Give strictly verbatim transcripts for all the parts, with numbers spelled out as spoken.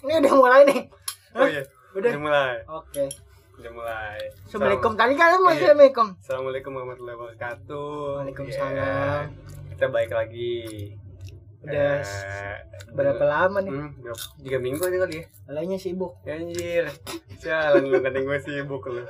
Ini udah mulai nih. Oh iya, udah. udah mulai. Oke. Udah mulai. Assalamualaikum. Tadi kan mau Iya. Assalamualaikum. Assalamualaikum warahmatullahi wabarakatuh. Waalaikumsalam. Ya, kita balik lagi. Udah Eh, berapa lama nih? Hmm, tiga minggu aja kali ya. Lainnya sibuk. Anjir. Jalan lu katanya gue sibuk lu.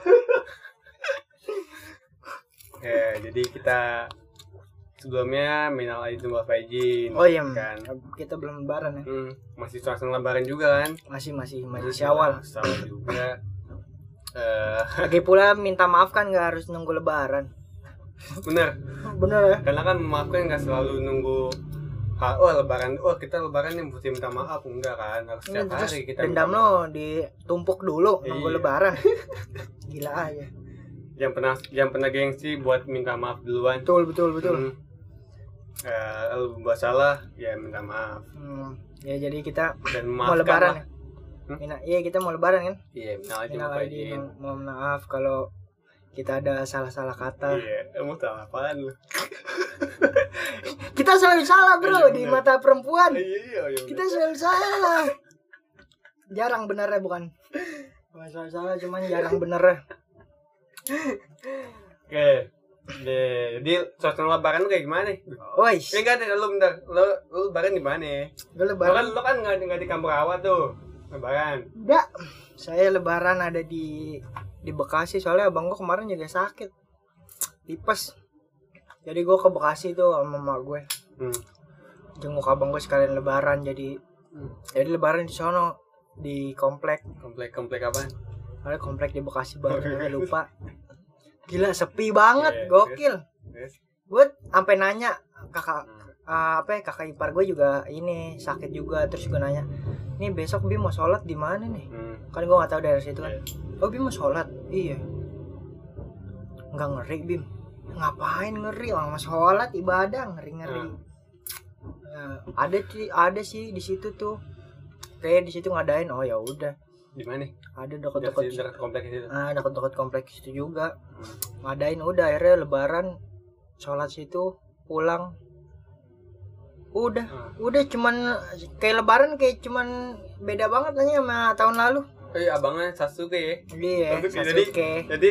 Ya, jadi kita sebelumnya minal aidin wal faizin. Oh iya, kan. kita belum lebaran ya. Hmm, masih suasana lebaran juga kan? Masih masih masih Syawal. Syawal juga. Eh, Lagi pula minta maaf kan nggak harus nunggu lebaran. bener. Bener ya? Karena kan memaafkan nggak selalu nunggu ah, oh lebaran, oh kita lebaran yang mesti minta maaf, enggak kan, harus Ini setiap terus hari kita dendam minta maaf. lo ditumpuk dulu nunggu Iya. lebaran. Gila aja. Yang pernah yang pernah gengsi buat minta maaf duluan. Betul betul betul. Hmm. Eh, lalu buat salah ya minta maaf Hmm. Ya jadi kita dan mau memaafkan lebaran lah. ya. Hmm? Mina, iya kita mau lebaran kan? Iya, minal aidin Minal wal aidin, faizin. mohon maaf kalau kita ada salah-salah kata. Iya, kamu tahu apaan lu? Kita selalu salah bro Iya, di bener. mata perempuan. Iya, iya. Kita selalu salah. Jarang benernya bukan. Bukan selalu salah, cuman jarang benernya. Oke. Deh, jadi suasana lebaran lu kayak gimana nih? Wais, Eh enggak deh, lu bentar. Lu lu lebaran di mana? gue Lu kan lebaran. lu kan enggak enggak di kampung awal tuh. Lebaran. Enggak, saya lebaran ada di di Bekasi soalnya abang gue kemarin juga sakit, tipes. Jadi gue ke Bekasi tuh sama mama gue, Hmm. jenguk abang gue sekalian lebaran. Jadi Hmm. jadi lebaran di sono di komplek. Komplek-komplek apaan? Ada komplek di Bekasi baru lupa. Gila sepi banget, Iya, gokil. Yes. Gue sampai nanya kakak Hmm. uh, apa ya, kakak ipar gue juga ini sakit juga, terus gue nanya, nih besok Bim mau sholat di mana nih? Hmm. Kan gue nggak tahu daerah situ kan. Iya. Oh Bim mau sholat, iya. Nggak ngeri Bim, ngapain ngeri, orang mau sholat ibadah ngeri ngeri. Hmm. ada sih ada sih di situ tuh, kayak di situ ngadain. Oh ya udah, Di mana? ada Dekat deket-deket, dekat komplek itu. ah deket-deket kompleks itu juga Hmm. ngadain. Udah akhirnya lebaran sholat situ pulang. Udah, Hmm. udah cuman kayak lebaran kayak cuman beda banget aja sama tahun lalu. Eh, abangnya Sasuke ya. Iya, Sasuke. Sasuke. Jadi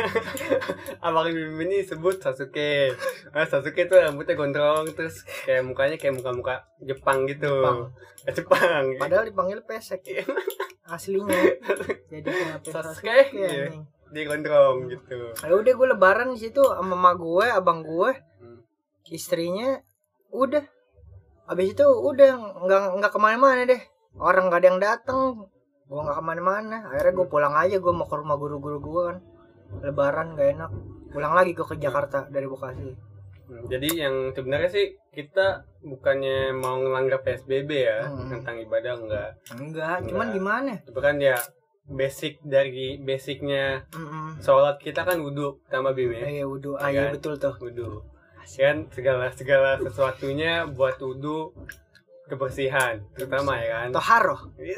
abang Bim ini sebut Sasuke. Nah, Sasuke tuh rambutnya gondrong terus kayak mukanya kayak muka-muka Jepang gitu. Jepang. Eh, Jepang. Padahal dipanggil pesek aslinya. Jadi kenapa Sasuke? Sasuke Iya. anjing. Dia gondrong gitu. Ya udah gue lebaran di situ sama mama gue, abang gue, Hmm. istrinya. Udah. Habis itu udah nggak nggak kemana-mana deh. Orang nggak ada yang datang. Gue nggak kemana-mana. Akhirnya gue pulang aja. Gue mau ke rumah guru-guru gue kan. Lebaran nggak enak. Pulang lagi gue ke Jakarta dari Bekasi. Hmm, Jadi yang sebenarnya sih kita bukannya mau ngelanggar P S B B ya Hmm. tentang ibadah enggak. Enggak, cuman Enggak. gimana? Itu kan ya basic dari basicnya Mm-mm. sholat kita kan wudhu tambah Bim ya. Iya wudhu, ah Iya iya kan? betul tuh. Wudhu. Kan segala segala sesuatunya buat wudhu kebersihan terutama ya kan. Toharo.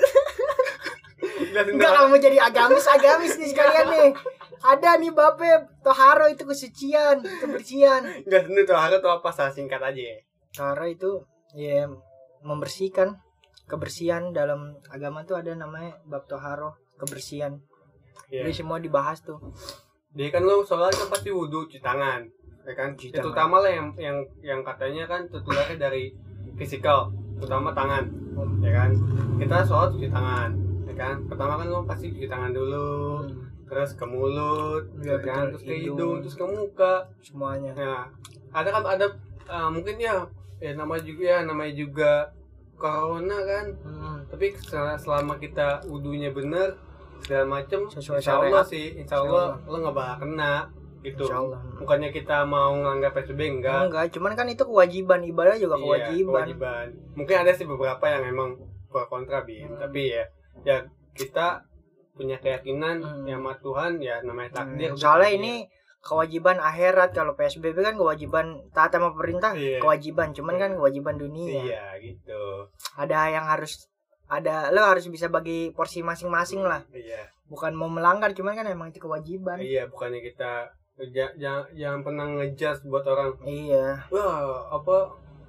Jelasin Enggak, dong. kalau mau jadi agamis-agamis nih sekalian nih. Ada nih babe, toharo itu kesucian, kebersihan. Enggak sendiri tuh harus tuh apa salah singkat aja ya. Toharo itu ya membersihkan, kebersihan dalam agama tuh ada namanya bab toharo, kebersihan. Iya. Jadi semua dibahas tuh. Jadi kan lo sholat kan pasti wudhu cuci tangan, ya kan? Cuci Itu tangan. utama lah yang yang yang katanya kan tertularnya dari fisikal, terutama tangan, ya kan? Kita sholat cuci tangan, ya kan? Pertama kan lo pasti cuci tangan dulu, Hmm, terus ke mulut, Iya, ya kan? betul. Terus ke Hidung. hidung, terus ke muka. semuanya. Nah, ada kan ada eh, mungkin ya, ya namanya juga ya namanya juga corona kan. Hmm. Tapi sel- selama kita wudhunya bener segala macem, Sesuai insya Allah syariat. sih, insya Allah lo nggak bakal kena gitu. Insya Allah. Bukannya kita mau nganggap P S B B enggak. Enggak, cuman kan itu kewajiban, ibadah juga Iya, kewajiban. kewajiban. Mungkin ada sih beberapa yang emang pro kontra Bim, Hmm. tapi ya ya kita punya keyakinan Hmm. yang sama Tuhan ya namanya takdir. Hmm, udah soalnya takdir. ini kewajiban akhirat. Kalau P S B B kan kewajiban taat sama pemerintah, Iya. kewajiban, cuman kan kewajiban dunia. Iya gitu. Ada yang harus ada, lo harus bisa bagi porsi masing-masing lah. Iya. Bukan mau melanggar, cuman kan emang itu kewajiban. Iya, bukannya kita jangan jangan pernah ngejudge buat orang. Iya. Wah, apa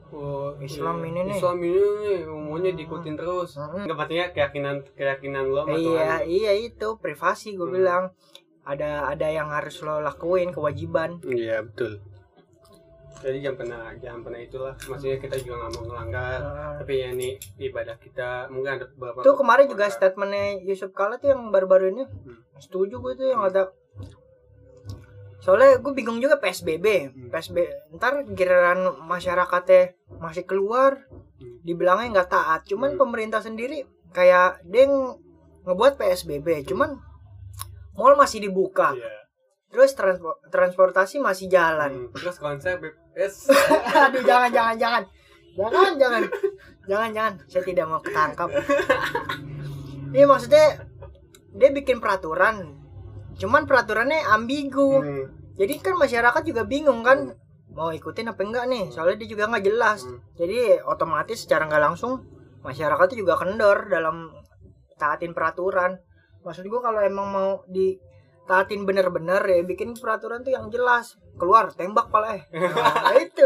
oh, Islam iya. ini nih. Islam ini nih umumnya diikutin terus. Mm-mm. Enggak artinya keyakinan keyakinan lo sama Iya, Tuhan. iya itu privasi gue Hmm. bilang. Ada ada yang harus lo lakuin, kewajiban. Iya, betul. Jadi jangan pernah jangan pernah itulah. Maksudnya kita juga nggak mau melanggar. Nah, Tapi ya ini ibadah kita mungkin ada beberapa. itu kemarin juga statementnya Yusuf Kala tuh yang baru-baru ini. Hmm. Setuju gue tuh yang ada. Soalnya gue bingung juga P S B B. Hmm. P S B B ntar giliran masyarakatnya masih keluar, Hmm. dibilangnya nggak taat. Cuman Hmm. pemerintah sendiri kayak dia ng- ngebuat P S B B. Cuman mall masih dibuka. Iya. Terus transpo- transportasi masih jalan. Hmm. Terus konsep B P S. Aduh, jangan jangan jangan. Jangan jangan. Jangan jangan. Saya tidak mau ketangkap. Ini maksudnya dia bikin peraturan. Cuman peraturannya ambigu. Hmm. Jadi kan masyarakat juga bingung kan mau ikutin apa enggak nih. Soalnya dia juga nggak jelas. Hmm. Jadi otomatis secara nggak langsung masyarakat itu juga kendor dalam taatin peraturan. Maksud gua kalau emang mau ditaatin bener-bener ya bikin peraturan tuh yang jelas. Keluar tembak pala eh. Nah, itu.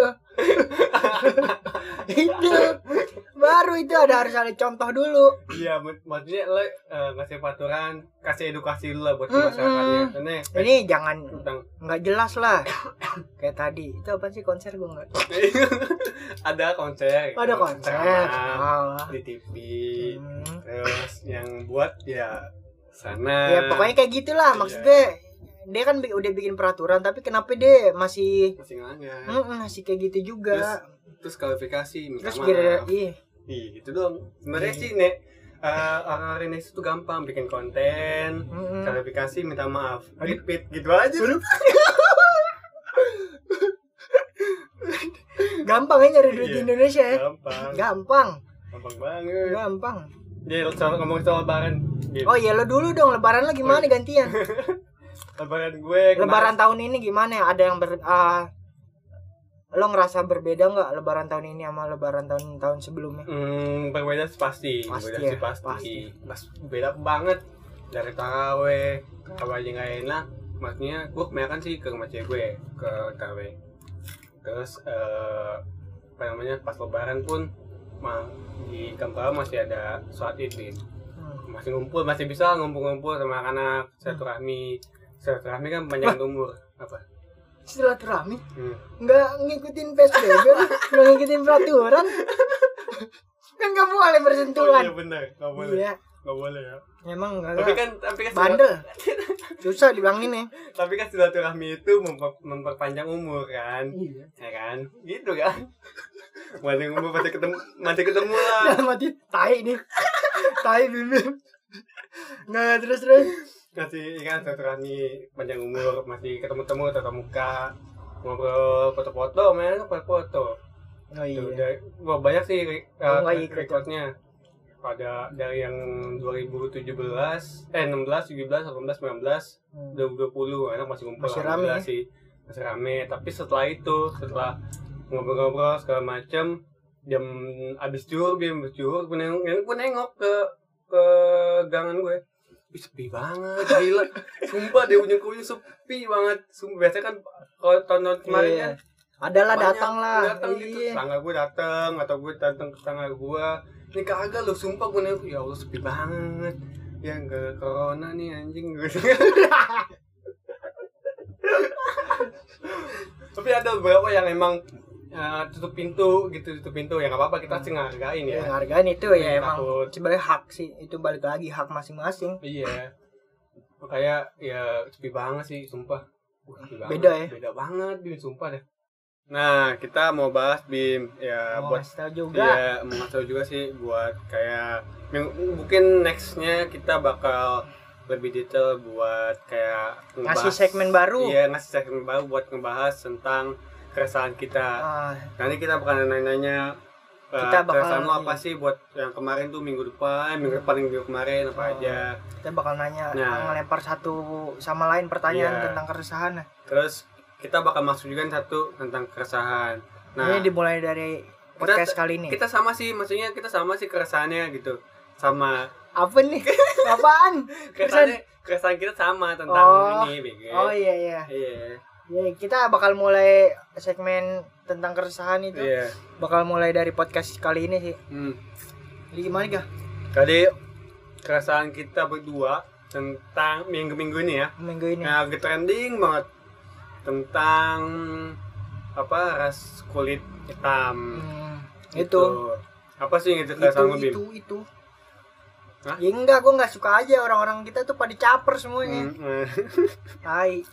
Itu. Baru itu ada harus ada contoh dulu. Iya, mak- maksudnya lo eh, ngasih peraturan, kasih edukasi dulu lah buat Mm-mm. masyarakatnya. Karena Ini jangan tentang nggak jelas lah. Kayak tadi. Itu apa sih konser gua nggak? ada konser, Ada konser. ceramah Oh. di T V, Hmm. terus yang buat ya sana. Ya pokoknya kayak gitulah Iya. maksudnya. Dia kan bi- udah bikin peraturan tapi kenapa dia masih masih ngelanggar. Mm-mm, masih kayak gitu juga. Terus kualifikasi minta Terus maaf. kira iya. Ih, itu dong. Sebenarnya Iya. sih nek eh, orang-orang Indonesia itu gampang bikin konten, Mm-mm. kualifikasi minta maaf, Aduh. repeat gitu aja. Gampang ya nyari duit di Iya. Indonesia ya. Gampang, Gampang. gampang banget. Gampang. Dia soal ngomong soal lebaran. Gitu. Oh iya lo dulu dong lebaran lo gimana Oh, iya. gantian? Lebaran gue. Lebaran kemarin- tahun ini gimana ya? Ada yang ber ah, lo ngerasa berbeda nggak lebaran tahun ini sama lebaran tahun tahun sebelumnya? Hmm, berbeda sih pasti, Pasti berbeda ya, sih pasti. pasti. Pas beda banget dari taraweh, taraweh aja nggak enak. Maksudnya gue kebanyakan sih ke rumah cewek gue ke taraweh. Terus eh, apa namanya pas lebaran pun mah di kampung masih ada sholat id nih. Hmm. Masih ngumpul, masih bisa ngumpul-ngumpul sama anak silaturahmi. Silaturahmi kan panjang umur apa? Silaturahmi Hmm. nggak ngikutin P S B B, nggak ngikutin peraturan. Kan nggak boleh Oh, bersentuhan. iya benar, nggak boleh, Iya, nggak boleh ya. emang nggak. Tapi kan, tapi kan Bandel. Susah dibilangin ya. tapi kan silaturahmi itu memper, memperpanjang umur kan, Iya. ya kan, gitu kan. Masih umur masih ketemu, masih ketemu lah. Dalam hati tai nih. Tai bibim. Nggak terus terus. Masih kan silaturahmi panjang umur, masih ketemu-temu tatap muka, ngobrol, foto-foto, main foto-foto. Oh iya. Tuh, dari, wah, banyak sih Oh, uh, nggak ikut. rekodnya. Pada dari yang dua ribu tujuh belas, eh enam belas, tujuh belas, delapan belas, sembilan belas, Hmm. dua ribu dua puluh, anak masih ngumpul. Masih alhamdulillah rame. sih, masih rame. Tapi setelah itu, setelah ngobrol-ngobrol segala macam, jam abis juhur, jam abis juhur, gue nengok, gue nengok ke ke gangan gue. Ih, sepi banget, gila. Sumpah di ujung ke ujung sepi banget. Sumpah biasanya kan kalau tahun-tahun kemarin Iya. kan Adalah banyak datang lah. datang gitu, Iya. tetangga gue datang atau gue datang ke tetangga gue. Ini kagak lo, sumpah gue nengok, ya Allah sepi banget. Ya enggak corona nih anjing gue. Tapi ada beberapa yang emang uh, tutup pintu gitu, tutup pintu ya nggak apa-apa, kita sih ngehargain Ya, ya. hargain itu ya Iya, emang takut. sebenarnya hak sih. Itu balik lagi hak masing-masing. Iya. Makanya ya sepi banget sih, sumpah. Wah, sepi banget. Beda ya? Beda banget, Bim, sumpah deh. Nah, kita mau bahas Bim ya Mau buat ngasih tahu juga. Iya, mau ngasih tau juga sih buat kayak ming- mungkin nextnya kita bakal lebih detail buat kayak Ngasih segmen baru. Iya, ngasih segmen baru buat ngebahas tentang keresahan kita. Ah, Nanti kita bakal nanya-nanya uh, Kita bakal- keresahan lo apa sih buat yang kemarin tuh minggu depan, minggu depan minggu kemarin apa Oh. aja. kita bakal nanya, Nah. ngelempar satu sama lain pertanyaan Iya. tentang keresahan. Terus kita bakal masuk juga satu tentang keresahan. Nah, Ini dimulai dari podcast kali ini. kita sama sih, maksudnya kita sama sih keresahannya gitu. Sama Apa nih? Apaan? keresahannya, keresahan kita sama tentang Oh. ini, Bege. Oh iya iya. Iya. Ya, kita bakal mulai segmen tentang keresahan itu. Iya. Bakal mulai dari podcast kali ini sih. Hmm. Jadi gimana ga? Tadi keresahan kita berdua tentang minggu-minggu ini ya. Minggu ini. Yang lagi trending banget tentang apa ras kulit hitam. Hmm, Gitu. itu. Apa sih yang itu Itu keresahan lu, Bim? itu itu. Hah? Ya enggak, gue nggak suka aja orang-orang kita tuh pada caper semuanya. Hmm. Tai.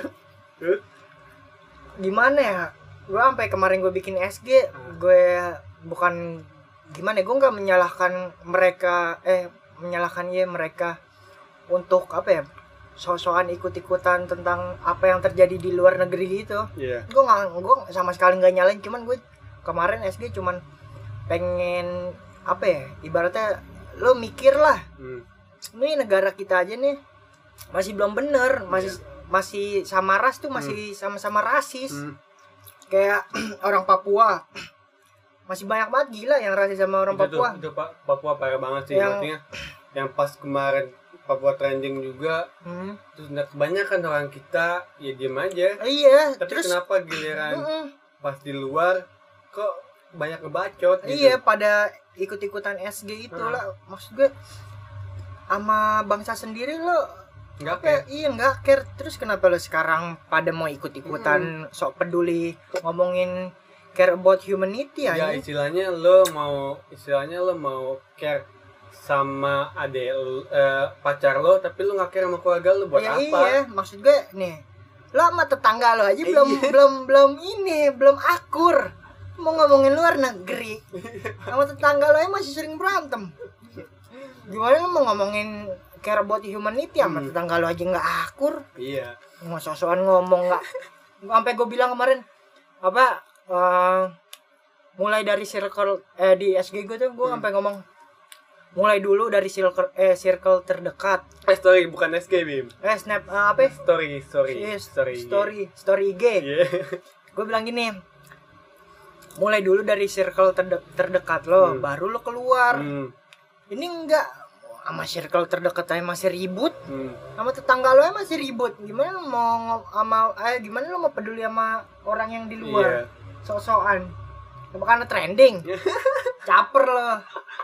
Gimana ya? Gue sampai kemarin gue bikin S G, gue bukan gimana? Gue nggak menyalahkan mereka, eh menyalahkan ya mereka untuk apa ya? So-soan ikut-ikutan tentang apa yang terjadi di luar negeri gitu. Iya. Gue nggak, gue sama sekali nggak nyalain. Cuman gue kemarin S G cuman pengen apa ya? Ibaratnya lo mikir lah. Hmm. Ini negara kita aja nih masih belum bener, masih Iya. masih sama ras tuh masih sama-sama rasis. Hmm. Kayak orang Papua masih banyak banget gila yang rasis sama orang Itu tuh, Papua. itu Pak Papua parah banget sih Yang- artinya. Yang pas kemarin Papua trending juga, Hmm. terus nah, kebanyakan orang kita ya diem aja. Iya, Tapi terus kenapa giliran Mm-mm. pas di luar kok banyak ngebacot gitu? iya pada ikut-ikutan S G itu Hmm. lah. Maksud gue sama bangsa sendiri lo Nggak apa ya, iya nggak care. Terus kenapa lo sekarang pada mau ikut-ikutan sok peduli ngomongin care about humanity ya aja? istilahnya lo mau istilahnya lo mau care sama adek lo, eh, pacar lo, tapi lo nggak care sama keluarga lo buat Ya apa? iya, maksud gue nih, lo sama tetangga lo aja belum Iya. belum belum ini, belum akur. Mau ngomongin luar negeri, sama tetangga lo aja masih sering berantem. Gimana lo mau ngomongin care about humanity sama Hmm. tetangga lo aja nggak akur? Iya. Mau sosokan ngomong nggak? Sampai gue bilang kemarin apa? eh, mulai dari circle eh di S G gue tuh gue Hmm. sampai ngomong mulai dulu dari circle eh circle terdekat. Eh, story bukan S G, Bim. Eh snap eh, apa? ya? Story, story, Iya, story, story story I G. Iya. Gue bilang gini, mulai dulu dari circle terde- terdekat lo, Hmm. baru lo keluar. Hmm. Ini enggak, sama circle terdekat aja masih ribut, Hmm. sama tetangga lo aja masih ribut. Gimana lo mau ngo- sama eh gimana lo mau peduli sama orang yang di Iya. luar? Sok-sokan. Apa karena trending? Caper lo.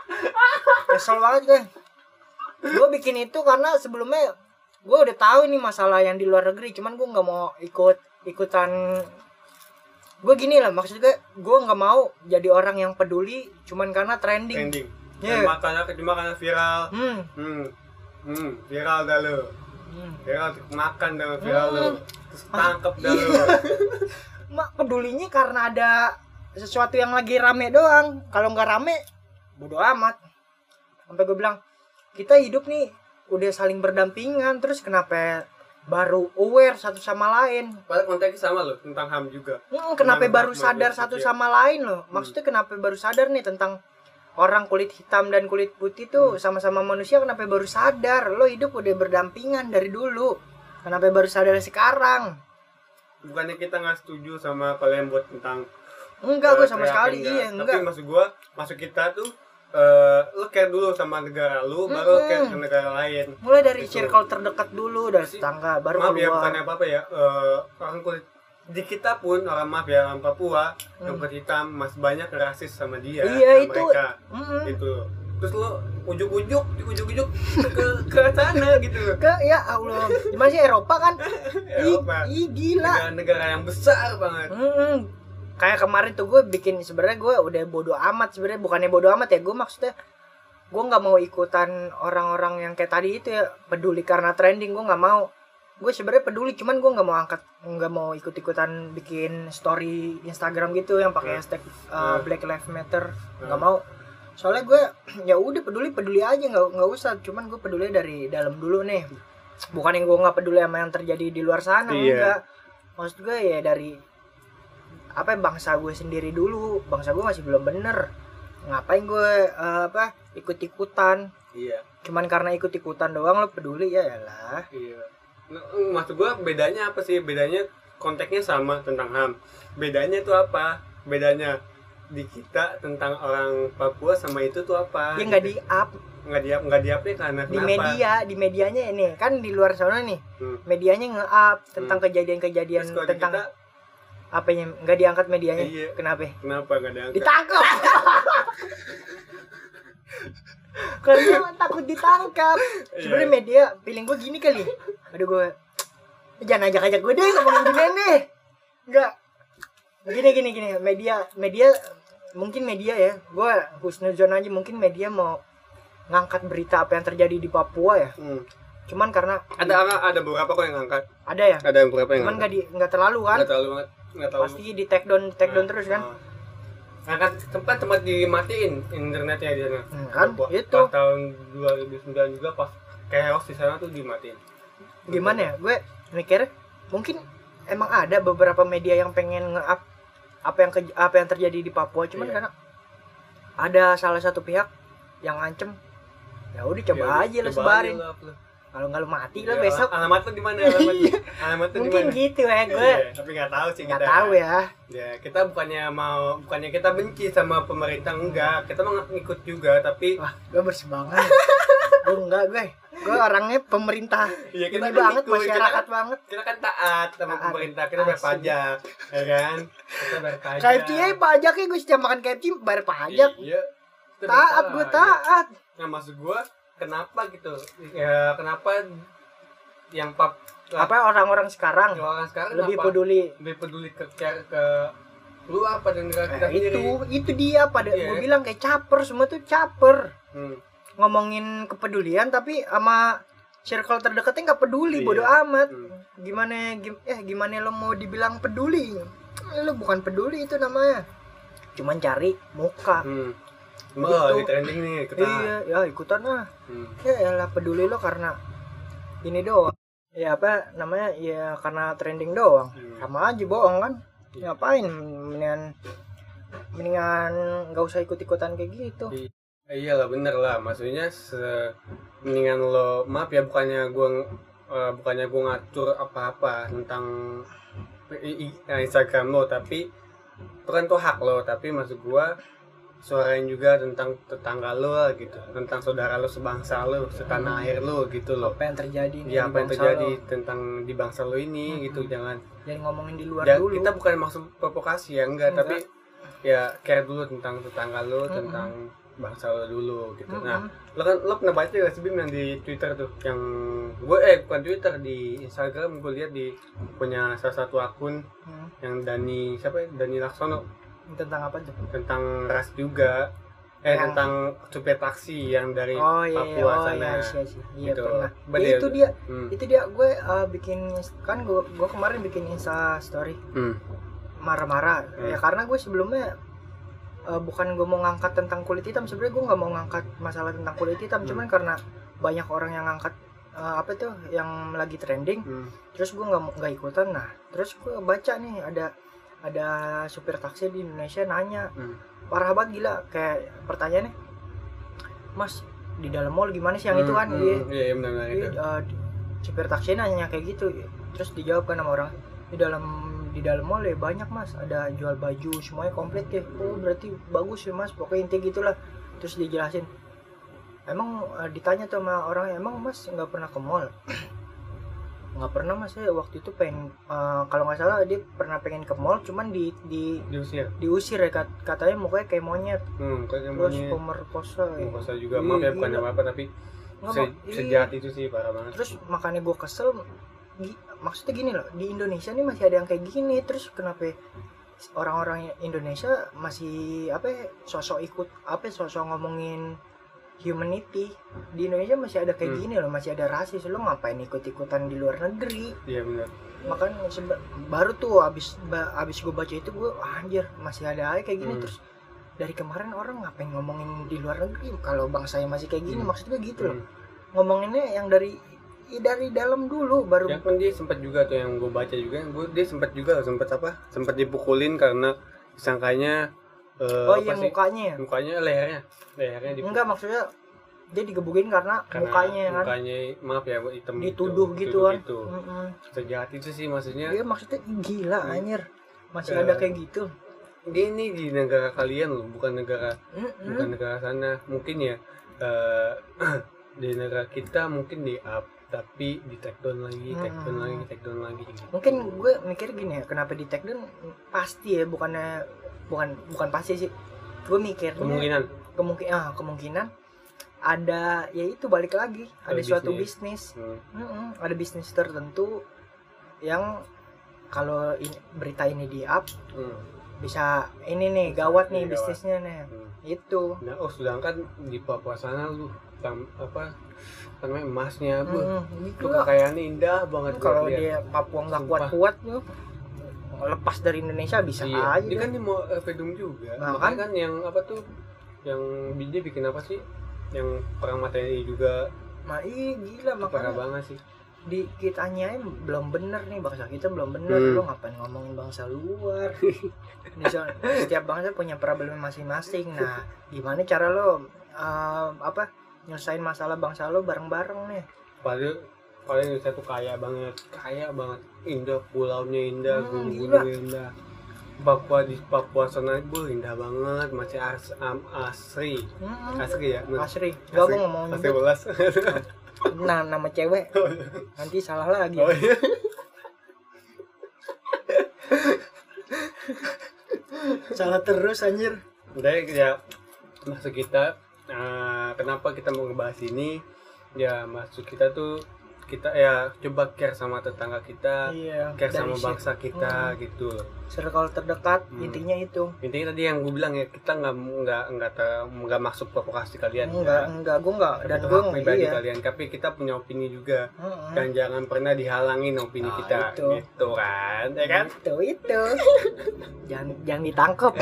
Kesel banget gue. Gue bikin itu karena sebelumnya gue udah tahu nih masalah yang di luar negeri, cuman gue nggak mau ikut ikutan. Gue gini lah, maksudnya gue nggak mau jadi orang yang peduli cuman karena trending. Trending. Iya. Cuma karena cuma karena viral. Hmm. Hmm. Hmm, viral dah lo. Hmm. Viral makan dah viral lo. Hmm. Terus tangkep dah Iya. lo. Mak pedulinya karena ada sesuatu yang lagi rame doang. Kalau nggak rame, bodo amat. Sampai gue bilang, kita hidup nih udah saling berdampingan, terus kenapa baru aware satu sama lain? Padahal konteksnya sama lo tentang H A M juga. Hmm, kenapa Tentang baru hak sadar manusia. satu sama lain loh? Maksudnya kenapa baru sadar nih tentang orang kulit hitam dan kulit putih tuh sama-sama manusia? Kenapa baru sadar? Lo hidup udah berdampingan dari dulu. Kenapa baru sadar sekarang? Bukannya kita nggak setuju sama kalian buat tentang Enggak, gue eh, sama teriakin sekali nggak. iya, Tapi enggak. maksud gue, maksud kita tuh eh lo care dulu sama negara lu, baru Mm-mm. care ke negara lain. Mulai dari Gitu. circle terdekat dulu, dari tetangga, baru Maaf ya, bukan keluar. apa-apa ya. eh, orang kulit di kita pun orang maaf ya orang Papua yang Hmm. kulit hitam masih banyak yang rasis sama dia, Iya, sama itu. mereka Mm-mm. gitu. Terus lo ujuk-ujuk, ujuk-ujuk ke ke sana gitu. Ke ya Allah, gimana sih Eropa kan? Ih, Eropa. ih, gila. Negara-negara yang besar banget. Mm-mm. Kayak kemarin tuh gue bikin, sebenarnya gue udah bodo amat sebenarnya, bukannya bodo amat ya, gue maksudnya gue nggak mau ikutan orang-orang yang kayak tadi itu ya, peduli karena trending. Gue nggak mau. Gue sebenarnya peduli, cuman gue nggak mau angkat, nggak mau ikut-ikutan bikin story Instagram gitu yang pakai Hmm. hashtag uh, Hmm. Black Lives Matter. Nggak Hmm. mau. Soalnya gue ya udah peduli peduli aja, nggak nggak usah. Cuman gue peduli dari dalam dulu nih. Bukan yang gue nggak peduli sama yang terjadi di luar sana, Iya. enggak. Maksud gue ya dari apa bangsa gue sendiri dulu. Bangsa gue masih belum bener. Ngapain gue uh, apa ikut-ikutan? Iya. Cuman karena ikut-ikutan doang lo peduli, ya lah. Iya. Nah, maksud gua bedanya apa sih? Bedanya konteksnya sama tentang H A M. Bedanya tuh apa? Bedanya di kita tentang orang Papua sama itu tuh apa? Ya nggak Gitu. di up nggak di nggak di up karena di kenapa? media, di medianya ini kan di luar sana nih. Hmm. Medianya nge-up tentang Hmm. kejadian-kejadian Terus kalau di tentang kita apanya nggak diangkat medianya? Iya. Kenapa? Kenapa nggak diangkat? Ditangkap. Karena takut ditangkap. Sebenarnya media feeling gue gini kali. Aduh gue jangan ajak-ajak gue deh ngomongin ginian deh. Enggak. Gini gini gini media media mungkin media ya. Gue husnuzon aja mungkin media mau ngangkat berita apa yang terjadi di Papua ya. Hmm. Cuman karena ada ada beberapa kok yang ngangkat. Ada ya? Ada beberapa yang cuman nggak di nggak terlalu kan? Nggak terlalu nggak terlalu. Pasti di take down take down Nah, terus kan? nah. Angkat tempat tempat dimatiin internetnya di sana. Hmm, kan Pas- itu. Pas tahun dua ribu sembilan juga pas chaos di sana tuh dimatiin. Gimana ya? Gue mikir mungkin emang ada beberapa media yang pengen nge-up apa yang ke, apa yang terjadi di Papua, cuman Iya. karena ada salah satu pihak yang ngancem, ya udah coba Ya, aja lo coba sebarin. aja lo upload. Kalau nggak lo mati Ya, lo besok. al- alamat tuh di mana? Alamat alamat tuh di Mungkin mana? gitu ya gue. Iya, tapi nggak tahu sih Nggak kita. tahu ya. Ya, kita bukannya mau bukannya kita benci sama pemerintah, enggak. Kita mau ngikut juga, tapi Wah, gue bersemangat. Gue enggak gue. Gue orangnya pemerintah. ya Ini kan banget ikut. masyarakat Kita kan, banget. kita kan taat sama Taat. pemerintah, kita bayar Asli. pajak, ya kan? Kita bayar pajak. K F C aja pajaknya gue setiap makan K F C bayar pajak. Iya. Kita bayar Taat gue pajak. taat. Nah, maksud gue kenapa gitu? Ya, kenapa yang pap Apa orang-orang sekarang orang sekarang lebih kenapa peduli lebih peduli ke ke, ke luar pada negara kita Nah, sendiri? itu itu dia pada Iya. gue bilang kayak caper, semua tuh caper Hmm. ngomongin kepedulian tapi sama circle terdekatnya nggak peduli. Iya. Bodo amat. Hmm. Gimana gim- eh gimana lo mau dibilang peduli, lo bukan peduli itu namanya, cuman cari muka. Hmm. Gitu. Oh, lagi trending nih kita. Iya ya ikutan lah. Hmm. Ya elah, peduli lo karena ini doang, ya apa namanya, ya karena trending doang. Hmm. Sama aja bohong kan. Iya. Ngapain, mendingan mendingan nggak usah ikut-ikutan kayak gitu. Eh, iyalah bener lah, maksudnya se mendingan lo, maaf ya, bukannya gua eh, bukannya gua ngatur apa-apa tentang i- i- Instagram lo, tapi itu kan tuh hak lo, tapi maksud gua suarain juga tentang tetangga lo lah gitu, tentang saudara lo sebangsa lo, setanah air lo gitu loh. Apa yang terjadi nih Ya di apa yang bangsa terjadi lo. tentang di bangsa lo ini Hmm. gitu, jangan Jangan ngomongin di luar ya, dulu. kita bukan maksud provokasi ya, enggak, Enggak. tapi ya care dulu tentang tetangga lo, Mm-mm. tentang bangsa lo dulu gitu. Mm-mm. Nah, lo kan lo pernah baca gak sih Bim yang di Twitter tuh, yang gue eh bukan Twitter, di Instagram gue lihat di punya salah satu akun Hmm. yang Dani siapa ya? Dani Laksono, Tentang apa tuh? tentang ras juga, eh Yang- tentang supir taksi yang dari Oh iya, Papua oh sana. iya, iya, iya, iya Gitu. pernah. Bener. Ya, itu dia, Hmm. itu dia gue uh, bikin kan gue gue kemarin bikin Insta story Hmm. marah-marah. Hmm. Ya karena gue sebelumnya uh, bukan gue mau ngangkat tentang kulit hitam, sebenarnya gue nggak mau ngangkat masalah tentang kulit hitam, Hmm. cuman karena banyak orang yang ngangkat uh, apa tuh yang lagi trending, Hmm. terus gue nggak mau- nggak ikutan. Nah terus gue baca nih ada ada supir taksi di Indonesia nanya, Hmm. parah banget gila, kayak pertanyaannya, Mas di dalam mall gimana sih yang Hmm, itu kan? hmm, Iya. iya iya, benar-benar Iya, itu. uh, supir taksi nanya kayak gitu, terus dijawab kan sama orang, di dalam di dalam mall ya banyak mas, ada jual baju semuanya komplit ya. Oh berarti bagus ya mas, pokoknya intinya gitulah. Terus dijelasin, emang uh, ditanya tuh sama orang, emang mas nggak pernah ke mall? Nggak pernah mas, saya waktu itu pengen uh, kalau nggak salah dia pernah pengen ke mall, cuman di di Diusir. diusir ya, kat- katanya mukanya kayak monyet, Hmm, kayak terus monyet. pemerkosa ya. Puasa juga, Iya, maaf ya, bukan gila. apa-apa, tapi Nggak, se Mak. Iya. sejahat itu sih, parah banget. Terus makanya gue kesel, gi- maksudnya gini loh, di Indonesia nih masih ada yang kayak gini, terus kenapa orang-orang Indonesia masih apa ya, sosok ikut apa ya, sosok ngomongin humanity. Di Indonesia masih ada kayak Hmm. gini loh, masih ada rasis. Lo ngapain ikut-ikutan di luar negeri? Iya benar. Makanya seba- baru tuh abis ba- abis gue baca itu gue ah, anjir masih ada aja kayak gini. Hmm. Terus dari kemarin orang ngapain ngomongin di luar negeri kalau bangsa yang masih kayak gini? Hmm. Maksudnya gitu loh, Hmm. ngomonginnya yang dari ya dari dalam dulu baru. Ya kan dia sempat juga tuh yang gue baca juga, gue dia sempat juga sempat apa? Sempat dipukulin karena disangkanya eh, Oh apa iya sih? mukanya ya? Mukanya lehernya. Lehernya dipukul. Enggak, maksudnya dia digebukin karena, Karena mukanya kan mukanya maaf ya, hitam dituduh gitu, dituduh kan. gitu. Mm-mm. Sejahat itu sih maksudnya. Iya maksudnya gila Hmm. anjir. Masih Eh. ada kayak gitu. Dia ini di negara kalian loh, bukan negara Mm-mm. bukan negara sana. Mungkin ya eh, di negara kita mungkin di up tapi di take down lagi, take down Hmm. lagi, take down lagi gitu. Mungkin gue mikir gini ya, kenapa di take down pasti ya, bukannya bukan bukan pasti sih. Gue mikirnya Kemungkinan kemungkinan ah, kemungkinan ada, ya itu balik lagi ada Ada suatu bisnis. bisnis, hmm. Mm-mm, ada bisnis tertentu yang kalau ini, berita ini di up Hmm. bisa ini nih gawat nih Ini gawat. bisnisnya nih. Hmm. Itu Nah, oh sedangkan di Papua sana lu tam, apa namanya emasnya, bu, Hmm, itu gitu lah. kekayaannya indah banget. gua Kalau lihat. dia Papua nggak Sumpah. kuat-kuat tuh lepas dari Indonesia bisa Iya, aja. dia dah. kan dia mau referendum juga. Nah, Makanya kan yang apa tuh, yang dia bikin apa sih, yang perang mata ini juga Nah, iya gila itu parah makanya banget sih. di kitanya belum bener nih, bangsa kita belum bener. Hmm. Lo ngapain ngomongin bangsa luar? Nih, so- setiap bangsa punya problem masing-masing. Nah, gimana cara lo uh, apa nyelesain masalah bangsa lo bareng-bareng nih? Padahal paling Indonesia tuh kaya banget, kaya banget, indah, pulaunya indah, Hmm, gunung-gunungnya indah. Papua di Papua sana bu indah banget, masih as, am, asri, Hmm, asri ya, bener. Asri, gak gue ngomong asri nyebut belas. nah, nama cewek nanti salah lagi. Oh iya. Salah terus anjir. Udah ya, maksud kita eh, kenapa kita mau ngebahas ini? Ya maksud kita tuh kita ya coba care sama tetangga kita, Iya, care dari sama si- bangsa kita Hmm. gitu loh. circle terdekat, Hmm. intinya itu. Intinya tadi yang gue bilang ya, kita nggak nggak nggak ter- nggak masuk provokasi kalian. Enggak, ya. enggak, gue enggak. Tapi Dan itu gue hak pribadi iya. kalian, tapi kita punya opini juga. Mm-mm. Dan jangan pernah dihalangin opini Nah, kita itu. gitu kan, ya kan? Itu, itu. jangan, jangan ditangkap.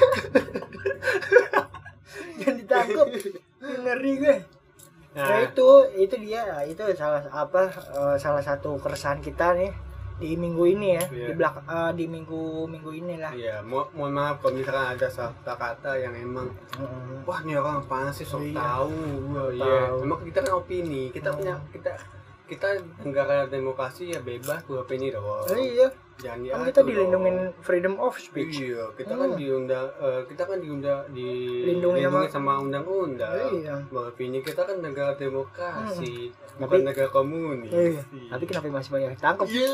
jangan ditangkap. Ngeri gue. Nah, Nah, itu, itu dia, itu salah apa? eh, salah satu keresahan kita nih di minggu ini ya, Iya. di belak eh, di minggu minggu ini lah. iya, mo mohon maaf kalau misalkan ada salah kata yang emang Mm-mm. wah ini orang apaan sih, sok Iya. tahu. Wah, Sok iya. tahu. Emang kita kan opini, kita Hmm. punya kita kita negara demokrasi ya, bebas beropini dong. Eh, iya, Jangan kan diatur kita dong. dilindungin freedom of speech. Iya, kita kan Hmm. diundang, eh, kita kan diundang Lindungi dilindungi sama- sama undang-undang. Iya. Beropini kita kan negara demokrasi, bukan Tapi- negara komunis. Iya. Tapi kenapa masih banyak yang tangkap? Iya.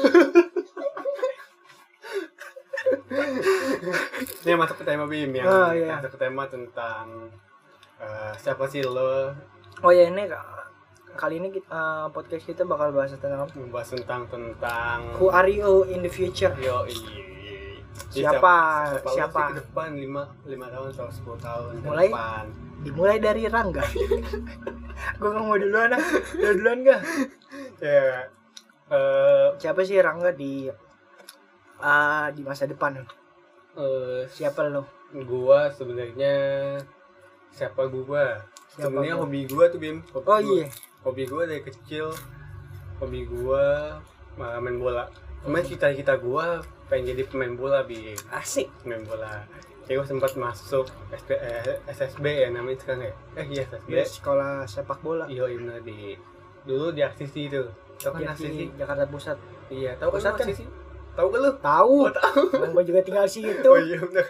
Ini masuk ke tema Bim yang Oh, iya. masuk ke tema tentang eh, siapa sih lo, Oh ya, ini kali ini kita, eh, podcast kita bakal bahas tentang membahas tentang tentang who are you in the future. yo iya. Siapa? siapa, lo Siapa? sih ke depan lima lima tahun atau sepuluh tahun ke Mulai? depan. Dimulai dari Rangga. Gue nggak mau duluan ah. Udah duluan gak? Ya eh Siapa sih Rangga di ah di masa depan? eh, Siapa lo? gua sebenarnya siapa gua? Siapa Sebenarnya gua? hobi gua tuh Bim. Hobi Oh gua. iya. Hobi gua dari kecil, hobi gua uh, main bola. Cuman cita-cita gua pengen jadi pemain bola, Bim. Asik. Main bola. Jadi gua sempat masuk S P, eh, S S B ya namanya sekarang ya. Eh iya S S B. Dia sekolah sepak bola Iya bener di dulu di R C C itu. Tahu di kan R C C? Jakarta Pusat. Iya, tahu Pusat kan kan? R C C? Tahu kan lu? Tahu. Oh, tahu. Emang gue juga tinggal situ. Oh iya bener.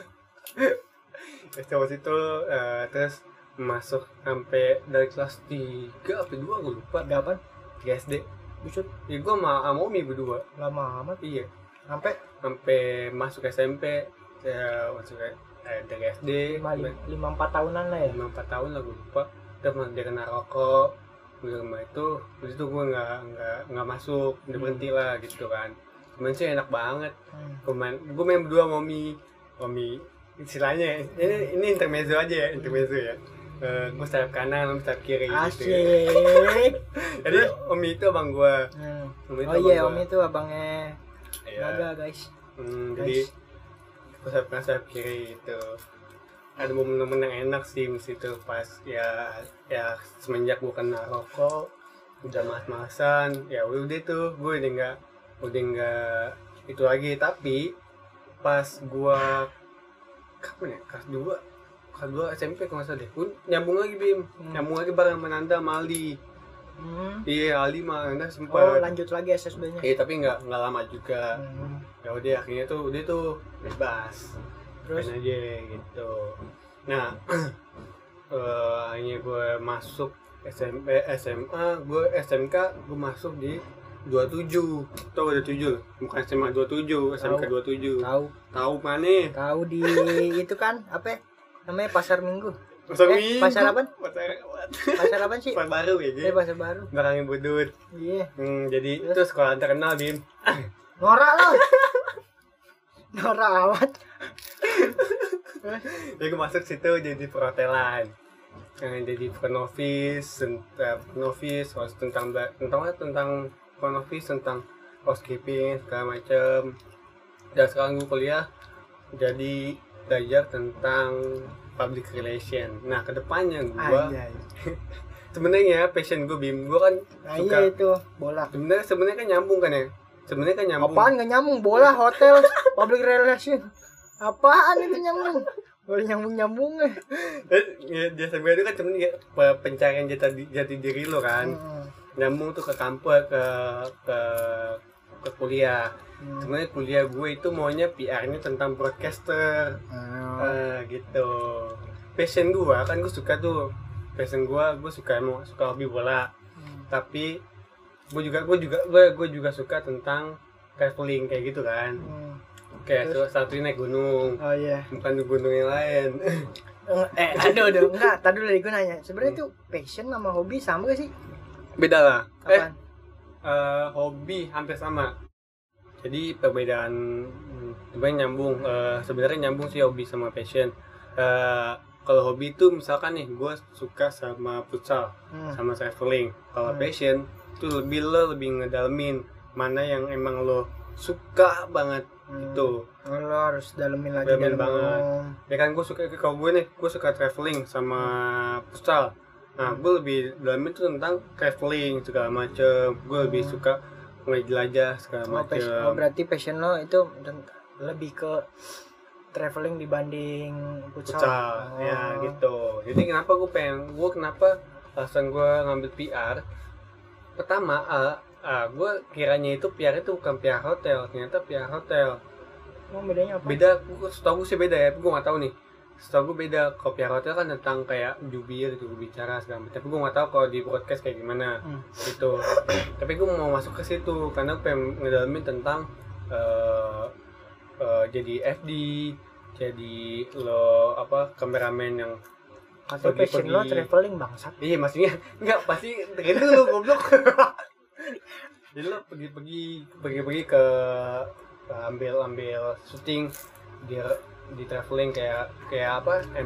Terus sama situ eh, terus masuk sampai dari kelas tiga apa dua gue lupa. Tiga apa? tiga S D. Buset, Ya gue sama sama Omi berdua. lama amat. Iya. Sampai Sampai masuk S M P, ya masuk eh, dari S D lima, lima empat tahunan lah ya. lima empat tahun lah gue lupa. Terus dia kena rokok. Di rumah itu, terus itu gue nggak nggak nggak masuk, udah berhenti lah gitu kan. Cuman sih enak banget. Hmm. Gue main, gue main berdua sama Omi. Omi istilahnya ini ini intermezzo aja ya, intermezzo ya. Uh, gue sayap kanan, Omi sayap kiri gitu. Asik. Jadi Omi itu abang gue. Hmm. Omi itu Oh abang iya, gua. Om itu abangnya Iya. Naga guys. Hmm, Guys. jadi gue sayap kanan sayap kiri itu. Ada momen-momen yang enak sih di situ pas ya ya semenjak gue kena rokok udah mas-masan ya udah tuh gue udah nggak udah nggak itu lagi. Tapi pas gue kapan ya kelas dua kelas dua S M P kalau nggak salah deh gue nyambung lagi Bim. Hmm. Nyambung lagi bareng sama Nanda sama Aldi. Hmm. Iya Aldi sama Nanda Oh, sempat lanjut lagi S S B-nya. iya tapi nggak nggak lama juga. Hmm. Ya udah akhirnya tuh udah tuh bebas Terus main aja gitu. Nah eh, akhirnya gue masuk S M P, S M A, gue S M K gue masuk di dua puluh tujuh. Tau dua puluh tujuh? Bukan S M A dua puluh tujuh, S M K dua puluh tujuh. Tahu. Tahu mana? Tahu di itu kan apa? Namanya Pasar Minggu. Pasar eh, Minggu. Pasar apa? Pasar Pasar apa sih? Pasar baru ya, Eh, Pasar Baru. belakangnya Budut. Iya. Hmm, jadi itu sekolah terkenal, Bim. Norak lo. Norak amat. Jadi gue masuk situ jadi perhotelan. Yang jadi pronovis, tentang pronovis, tentang tentang apa? Tentang pronovis, tentang housekeeping segala macem. Dan sekarang gue kuliah jadi belajar tentang public relation. Nah, kedepannya gue sebenarnya passion gue Bim, gue kan nah, suka iya itu bola. Sebenarnya sebenarnya kan nyambung kan ya. Sebenarnya kan nyambung. Apaan nggak nyambung? Bola, hotel, public relation. Apaan itu nyambung? Boleh nyambung nyambung ya. Ya, jasa gue itu kan sebenarnya pencarian jati jati diri lo kan. Hmm. Nyambung tuh ke kampus, ke ke ke kuliah. Hmm. Sebenarnya kuliah gue itu maunya P R-nya tentang broadcaster. Hmm. Uh, gitu. Passion gue kan gue suka tuh. Passion gue gue suka emang suka hobi bola. Hmm. Tapi gue juga gue juga gue gue juga suka tentang traveling kayak gitu kan. Hmm. Kayak terus satu naik gunung. Oh iya. Bukan di gunung yang lain. eh aduh aduh enggak, tadi dulu gue nanya. Sebenarnya hmm. tuh passion sama hobi sama gak sih? Beda lah. Apaan? Eh, uh, hobi hampir sama. Jadi perbedaan sebenarnya nyambung. Uh, sebenarnya nyambung sih hobi sama passion. Uh, kalau hobi itu misalkan nih, gue suka sama futsal, hmm. sama traveling. Kalau hmm. passion itu lebih lo lebih ngedalamin mana yang emang lo suka banget. Hmm. Itu lo harus dalemin lagi dalemin banget ya kan. Gue suka kalau gue nih gue suka traveling sama futsal. Nah gue lebih dalemin tuh tentang traveling segala macem. Gue hmm. lebih suka ngejelajah segala oh, macem. Oh berarti passion lo itu lebih ke traveling dibanding futsal, futsal. Oh. Ya gitu. Jadi kenapa gue pengen gue kenapa alasan gue ngambil P R pertama uh, Ah, gue kiranya itu P R itu bukan P R hotel, ternyata P R hotel. Oh, bedanya apa? Beda, setahu gue sih beda ya, gue nggak tahu nih. Setahu gue beda, kalau P R hotel kan tentang kayak jubir, gitu, bicara segala macam. Tapi gue nggak tahu kalau di broadcast kayak gimana, hmm. gitu. Tapi gue mau masuk ke situ karena gue pengen ngedalamin tentang uh, uh, jadi F D, jadi lo apa kameramen yang atau passion lo traveling bangsat. Iya maksudnya nggak pasti gitu lo goblok. Jadi lo pergi-pergi pergi-pergi ke, ke ambil ambil syuting di di traveling kayak kayak apa em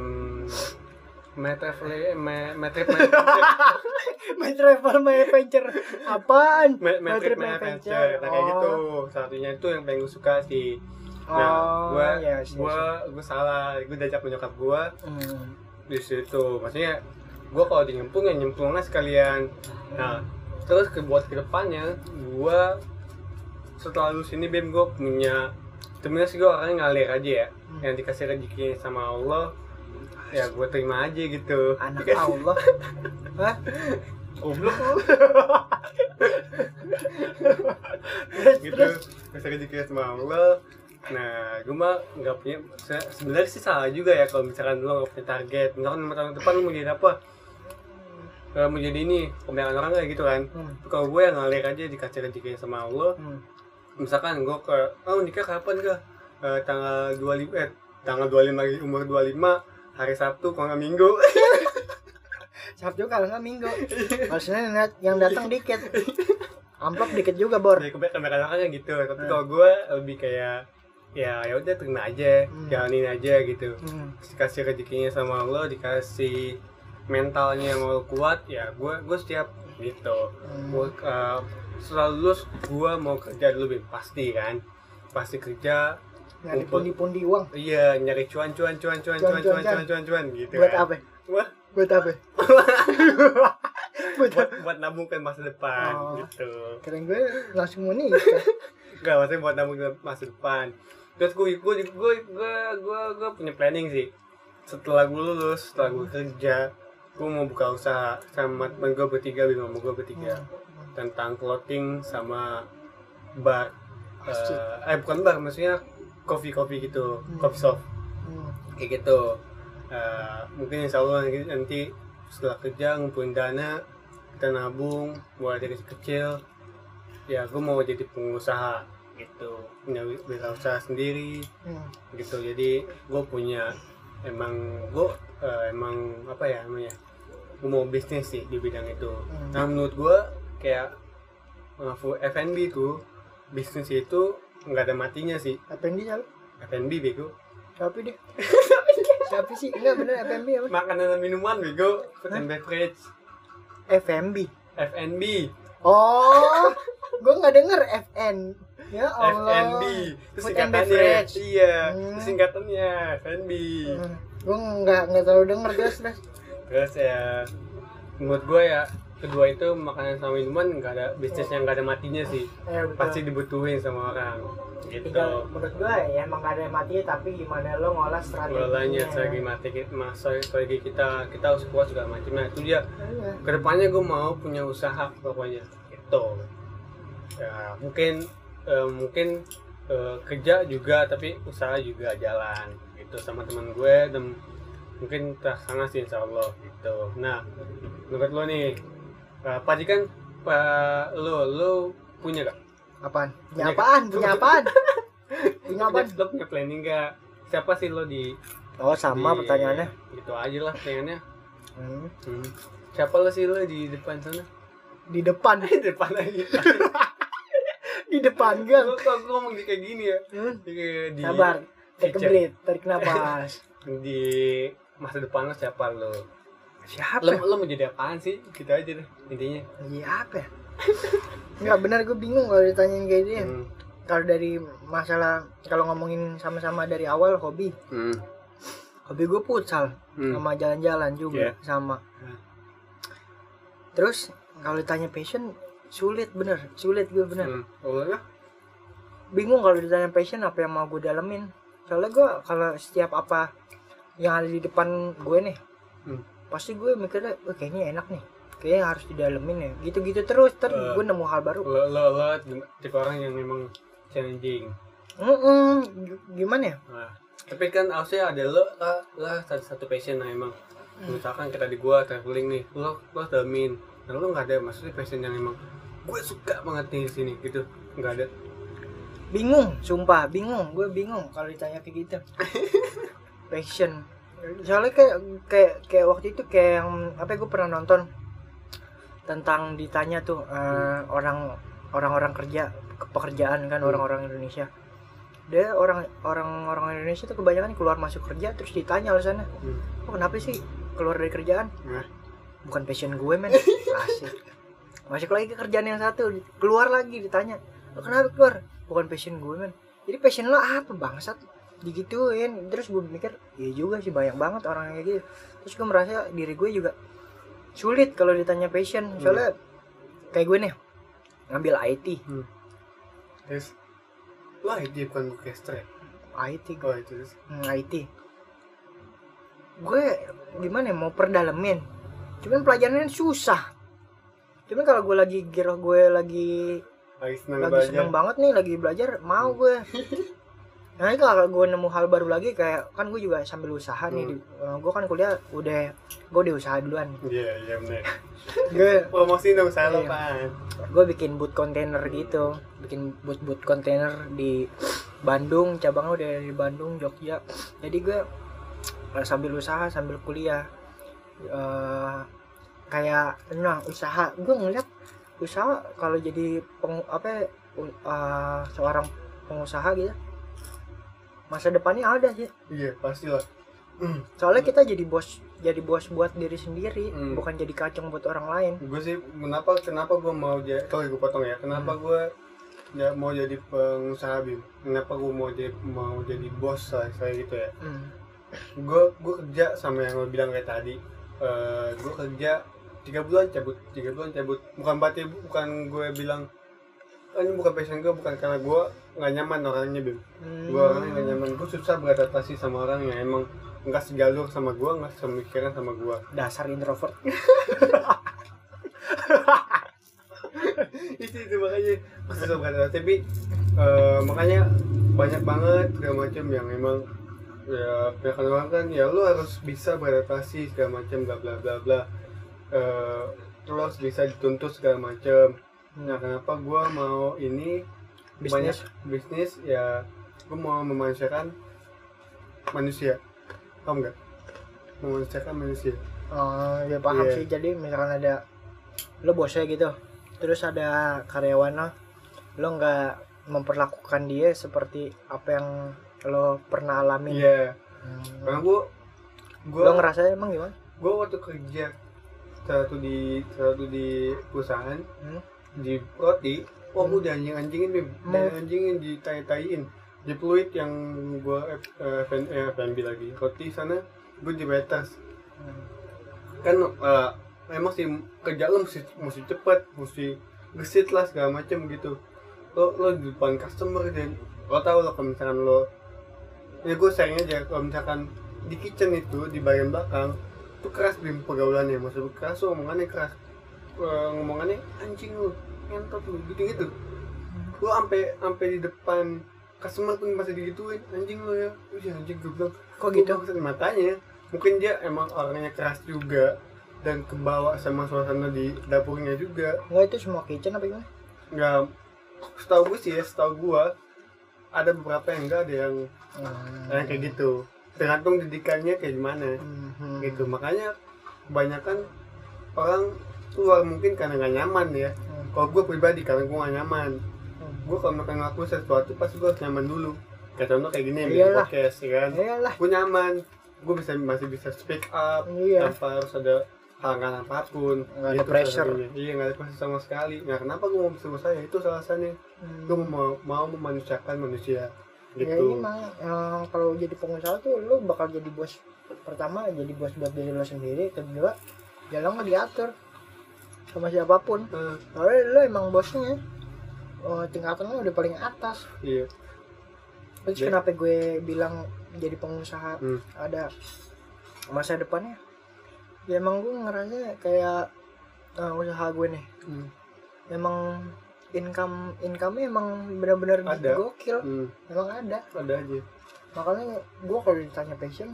my traveling my my trip my my travel my adventure apaan my, my trip my adventure nah, kayak oh. gitu satunya itu yang paling gue suka sih. Nah oh, gue yes, gue yes. gue salah gue diajak menyokap gue hmm. di situ maksudnya gue kalau di nyemplung ya nyemplungnya sekalian. Nah terus ke buat kedepannya gue setelah lulus ini Bim gue punya sebenarnya sih gue orangnya ngalir aja ya. hmm. Yang dikasih rezeki sama Allah ya gue terima aja gitu. Anak Allah. Hah? Goblok lu. Gitu kasih rezeki sama Allah. Nah gue mah nggak punya sebenarnya sih salah juga ya kalau misalkan lo nggak punya target. Misalkan lima tahun depan lo mau jadi apa? Kalau mau jadi ini pemilihan orang kayak gitu kan. hmm. Kalau gue yang ngalir aja dikasih rezeki sama Allah. hmm. Misalkan gue ke oh nikah kapan gak uh, tanggal dua puluh lima eh tanggal dua puluh lima umur dua puluh lima hari Sabtu kalau nggak Minggu. Sabtu kalau nggak Minggu maksudnya yang datang dikit amplop dikit juga bor ya kebanyakan orangnya gitu. Tapi hmm. kalau gue lebih kayak ya ya udah terima aja. hmm. Jalanin aja gitu. hmm. Dikasih rezekinya sama Allah, dikasih mentalnya mau kuat ya gue gue setiap gitu. hmm. Gue uh, setelah lulus gue mau kerja dulu Bim. Pasti kan pasti kerja nyari pundi-pundi uang. Iya nyari cuan cuan cuan cuan cuan cuan cuan cuan cuan gitu buat kan. Apa Wah? buat apa buat buat nabung ke masa depan. oh. Gitu keren gue langsung mau nikah. Enggak maksudnya buat nabung ke masa depan. Terus gue gue gue gue gue gue punya planning sih setelah gue lulus setelah gue kerja gue mau buka usaha sama temen gue bertiga bima mau gue bertiga hmm. tentang clothing sama bar. uh, eh bukan bar maksudnya coffee coffee gitu. hmm. Coffee shop. hmm. Kayak gitu. Uh, mungkin insya Allah nanti setelah kerja ngumpulin dana, kita nabung mulai dari kecil. Ya gue mau jadi pengusaha gitu, punya wirausaha sendiri hmm. gitu. Jadi gue punya emang gue uh, emang apa ya namanya, gue mau bisnis sih di bidang itu. hmm. Nah menurut gue kayak uh, F and B tuh bisnis itu nggak ada matinya sih. F and B siapa? F and B bego. Siapa deh? Siapa sih? Enggak bener F and B apa? Makanan dan minuman bego, food and beverage. F and B. F and B. Oh, gue nggak denger F N. Ya Allah. F and B. Itu Food and singkatannya. beverage. Iya, Hmm. itu singkatannya F and B. Hmm. Gue nggak nggak terlalu denger terus terus. Terus ya menurut gue ya kedua itu makanan sama minuman nggak ada bisnis yang nggak ada matinya sih. Ya, betul. Pasti dibutuhin sama orang gitu. Tinggal menurut gue ya emang gak ada yang mati, tapi gimana lo ngolah strateginya. Ngolahnya strategi mati masa strategi kita kita harus kuat segala macam. Nah itu dia. Iya. Kedepannya gue mau punya usaha pokoknya gitu. Ya mungkin eh, mungkin eh, kerja juga tapi usaha juga jalan gitu sama teman gue dan mungkin terlaksana sih insya Allah gitu. Nah menurut lo nih uh, Pak Jikan, Pak lo lo punya gak? Apaan? Punya Punya apaan? gak? Punya apaan? Punya apaan? Lo punya planning gak? Siapa sih lo di Oh sama di- pertanyaannya. Gitu aja lah pertanyaannya. Hmm. Hmm. Siapa lo sih lo di depan sana? Di depan, Di depan aja. di depan gang. Gue kok ngomong di kayak gini ya. Hmm. Di, di, Sabar, take a future. breath, tarik napas. Di masa depan lo siapa lo? Siapa? Lo, lo mau jadi apaan sih? Gitu aja deh intinya. Iya apa ya? Enggak benar, gue bingung kalau ditanyain kayak dia. Hmm. Kalau dari masalah, kalau ngomongin sama-sama dari awal hobi, Hmm. hobi gue futsal Hmm. sama jalan-jalan juga Yeah. sama. Hmm. Terus kalau ditanya passion sulit bener, sulit gue bener. Hmm. Oh, ya? Bingung kalau ditanya passion apa yang mau gue dalemin. Soalnya gue kalau setiap apa yang ada di depan gue nih, Hmm. pasti gue mikirnya, oh, kayaknya enak nih, kayaknya harus didalemin ya. Gitu-gitu terus, ter Uh. gue nemu hal baru. Lo, lo, lo tipe orang yang memang challenging. Mm-mm, g- gimana ya? Nah, tapi kan harusnya ada lo lah, lah satu, satu passion lah emang. Misalkan kita di gua traveling nih, lo lo damin. Nah lo nggak ada maksudnya passion yang emang gue suka banget nih di sini gitu, nggak ada. Bingung, sumpah bingung, gue bingung kalau ditanya kayak gitu. Passion. Soalnya kayak kayak kayak waktu itu kayak yang apa gue pernah nonton tentang ditanya tuh eh, orang orang-orang kerja pekerjaan kan, Hmm. orang-orang Indonesia. Dia orang orang orang Indonesia tuh kebanyakan keluar masuk kerja terus ditanya alasannya, Hmm. oh, kenapa sih keluar dari kerjaan? Nah. Bukan passion gue men. Asik. Masuk lagi ke kerjaan yang satu, keluar lagi ditanya, lo kenapa keluar? Bukan passion gue men. Jadi passion lo apa bangsat? Digituin. Terus gue mikir, iya juga sih, banyak banget orang yang kayak gitu. Terus gue merasa diri gue juga sulit kalau ditanya passion. Soalnya kayak gue nih ngambil I T. Hmm. Terus lo I T bukan orkestra ya? I T Oh gue. itu terus. Hmm, I T. Gue gimana ya, mau perdalemin. Cuman pelajarannya susah. Cuman kalau gue lagi gear gue lagi Lagi senang lagi belajar. seneng banget nih, lagi belajar, mau gue. Nah ini kalau gue nemu hal baru lagi, kayak kan gue juga sambil usaha nih. Hmm. Di, uh, gue kan kuliah udah, gue udah usaha duluan. Iya iya benar. Gue Promosi dong saya lo Iya. pan. gue bikin boot kontainer gitu, bikin boot boot kontainer di Bandung, cabangnya udah di Bandung, Jogja. Jadi gue uh, sambil usaha sambil kuliah, uh, kayak nah usaha. Gue ngeliat usaha kalau jadi peng, apa uh, seorang pengusaha gitu, masa depannya ada sih. Iya pastilah. Soalnya kita jadi bos, jadi bos buat diri sendiri, Hmm. bukan jadi kacang buat orang lain. Gue sih kenapa kenapa gue mau jadi, kalau gue potong ya, kenapa Hmm. gue ya mau jadi pengusaha Bim, kenapa gue mau jadi mau jadi bos saya, saya gitu ya. Hmm. Gue gue kerja sama yang lo bilang kayak tadi. Eh gue kerja tiga bulan cabut, tiga bulan cabut. Bukan berarti bukan gue bilang oh, ini bukan passion gue, bukan karena gue nggak nyaman orangnya Bim. Hmm. Gue orangnya nggak nyaman, gue susah beradaptasi sama orang yang emang nggak sejalur sama gue, nggak semikiran sama gue. Dasar introvert. itu itu makanya susah beradaptasi. Tapi eh, makanya banyak banget segala macam yang emang ya pihak orang kan ya lu harus bisa beradaptasi segala macam bla bla bla bla. uh, lo harus bisa dituntut segala macem. Nah kenapa gue mau ini Bisnis. banyak bisnis ya, gue mau memanusiakan manusia, paham nggak? Memanusiakan manusia. Oh ya paham Iya. sih. Jadi misalkan ada lo bosnya gitu, terus ada karyawan lo, lo nggak memperlakukan dia seperti apa yang lo pernah alamin. Iya. Hmm. Karena gue gue Lo ngerasa emang gimana? gue waktu kerja satu di satu di perusahaan Hmm? di roti, wah Hmm. gue dianjing anjingin bim, Hmm. dianjingin ditai-taiin, di Pluit yang gue eh, F and B lagi, roti sana gue di waiters. Hmm. Kan eh, memang sih kerja lo mesti mesti cepet, mesti gesit lah segala macem gitu. Lo lo di depan customer dan lo tau lo kalau misalkan lo, ya gue sayang aja kalau misalkan di kitchen itu di bagian belakang tuh keras bim pergaulannya, maksud keras tuh ngomongannya keras. Uh, ngomongannya anjing lu, ngentot lu, gitu gitu. Lu sampai sampai di depan customer pun masih digituin, anjing lu ya, udah anjing gue bilang. Kok gitu? Maksud matanya, mungkin dia emang orangnya keras juga dan kebawa sama suasana di dapurnya juga. Enggak, itu semua kitchen apa gimana? Nggak, setahu gue sih ya, setahu gue ada beberapa yang enggak, ada yang Hmm. yang kayak gitu. Tergantung didikannya kayak gimana. Hmm. Gitu, makanya kebanyakan orang keluar mungkin karena nggak nyaman ya. Hmm. Kalau gue pribadi karena gue nggak nyaman, Hmm. gue kalau makan ngelakuin sesuatu pasti gue harus nyaman dulu. Kayak contoh kayak gini bikin Iyalah. podcast ya kan, Iyalah. gue nyaman, gue bisa masih bisa speak up Iya. tanpa harus ada halangan apapun. Nggak ada Itu pressure. salah satunya. Iya, nggak ada pressure sama sekali. Nah kenapa gue mau bersama saya, itu salah satunya. Hmm. Gue mau mau memanusiakan manusia gitu. Ya ini mah eh, kalau jadi pengusaha tuh lo bakal jadi bos. Pertama jadi bos buat diri lo sendiri, kedua jalan nggak diatur sama siapapun. Eh, Soalnya lo emang bosnya, oh, tingkatannya udah paling atas. iya. Terus Ya. kenapa gue bilang jadi pengusaha Hmm. ada masa depannya? Ya emang gue ngerasa kayak eh, usaha gue nih, Hmm. emang income income-nya emang benar-benar Ada. gokil, Hmm. emang ada. Ada aja. Makanya gue kalau ditanya passion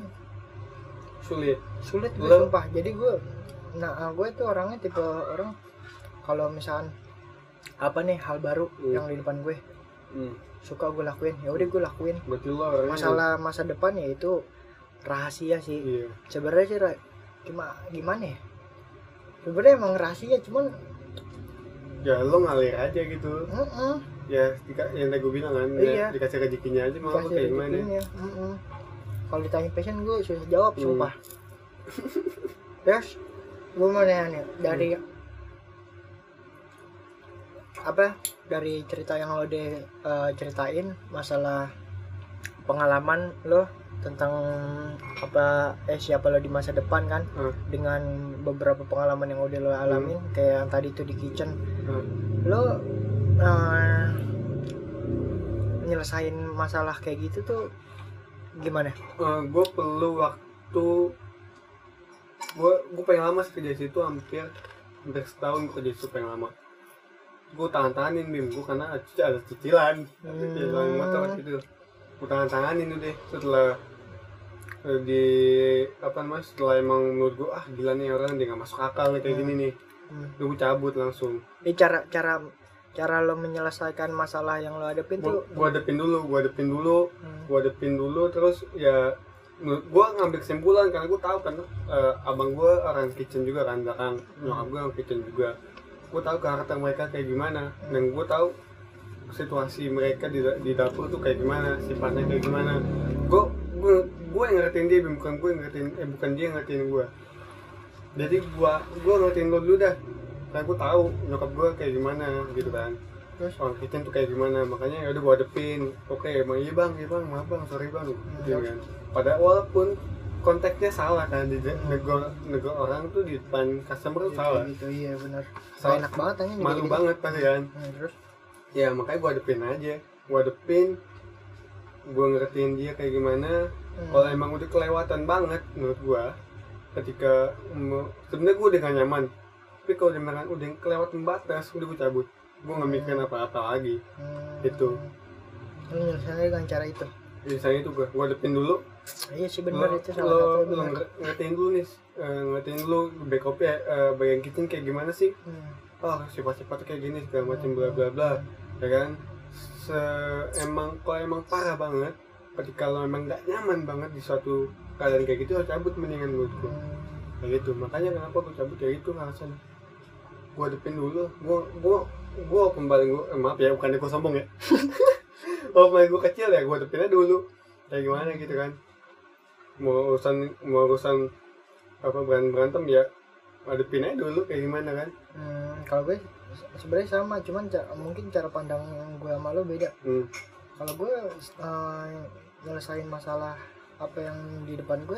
Sulit. sulit gue Lo- sumpah. Jadi gue, nah gue tuh orangnya tipe orang kalau misalkan apa nih hal baru Hmm. yang di depan gue Hmm. suka gue lakuin, ya udah gue lakuin. Berarti lo orangnya- Masalah masa depan ya itu rahasia sih Iya. sebenarnya sih. Ra- cuma gimana ya, sebenarnya emang rahasia, cuman Ya lo ngalir aja gitu. mm-mm, Ya dika- yang tadi gue bilang kan, Iya. ya, dikasih rezekinya aja mau dikasih kayak gimana. rezekinya. Mm-mm. Kalau ditanya passion gue susah jawab Hmm. sumpah. Terus gue mau nanya nih dari Hmm. apa, dari cerita yang lo de eh, ceritain masalah pengalaman lo tentang apa eh siapa lo di masa depan kan, Hmm. dengan beberapa pengalaman yang udah lo alamin kayak yang tadi tuh di kitchen. Hmm. Lo eh, nyelesain masalah kayak gitu tuh gimana? Eh, gue perlu waktu, gue gue pengen lama sih kerja di situ, hampir hampir setahun gue kerja di situ pengen lama. Gue tahan-tahanin bim, gue karena ada ada cicilan, Hmm. cicilan motor gitu. Gue tahan-tahanin udah setelah eh, di apa namanya, setelah emang menurut gue ah gila nih orang, dia nggak masuk akal nih kayak Hmm. gini nih, Hmm. gue cabut langsung. Ini cara cara cara lo menyelesaikan masalah yang lo hadapin tuh. Gue hadepin dulu, gue hadepin dulu, Hmm. gue hadepin dulu terus ya gue ngambil kesimpulan karena gue tahu kan eh, abang gue orang kitchen juga kan, belakang nyokap gue orang kitchen juga. Gue tahu karakter mereka kayak gimana dan gue tahu situasi mereka di, di dapur tuh kayak gimana, sifatnya kayak gimana. Gue gue gue yang ngertiin dia, bukan gue yang ngertiin, eh bukan dia yang ngertiin gue. Jadi gue gue ngertiin lo dulu dah, karena gue tahu nyokap gue kayak gimana gitu kan. Terus Orang kitchen tuh kayak gimana, makanya ya udah gue hadepin. Oke emang iya bang, iya bang, maaf bang, sorry bang, gitu kan. Pada walaupun konteksnya salah kan, di negor negor orang tuh di depan customer tuh salah, gitu, iya benar. Salah. Enak banget tanya malu banget pasti kan. Hmm, terus Ya makanya gue hadepin aja, gue hadepin, gue ngertiin dia kayak gimana. hmm. Kalau emang udah kelewatan banget menurut gue, ketika me- sebenarnya gue udah gak nyaman, tapi kalau udah udah kelewatan batas, udah gue cabut, gue nggak mikirin apa-apa lagi. Hmm. Gitu. Lo nyelesainnya dengan cara itu. Misalnya itu gue, gue hadepin dulu, Iya sih benar Lo- itu salah lo, satu lo benar. nge- ngertiin dulu nih, eh, ngertiin dulu backupnya, uh, bagian kitchen kayak gimana sih? Hmm. Oh sifat-sifatnya kayak gini segala macam bla bla bla, ya kan? Se emang kalau emang parah banget, ketika lo emang nggak nyaman banget di suatu keadaan kayak gitu, lo cabut mendingan menurutku. Hmm. Kayak gitu, makanya kenapa gue cabut kayak gitu alasan. Gue hadepin dulu, gue gue gue kembali gue eh, maaf ya bukannya gue sombong ya. Walaupun gue kecil ya, gue hadepinnya dulu kayak gimana gitu kan. Mau urusan mau urusan apa berantem berantem ya hadepin aja dulu kayak gimana kan. Hmm, kalau gue se- sebenarnya sama, cuman ca- mungkin cara pandang gue sama lo beda. Hmm. Kalau gue uh, nyelesain masalah apa yang di depan gue,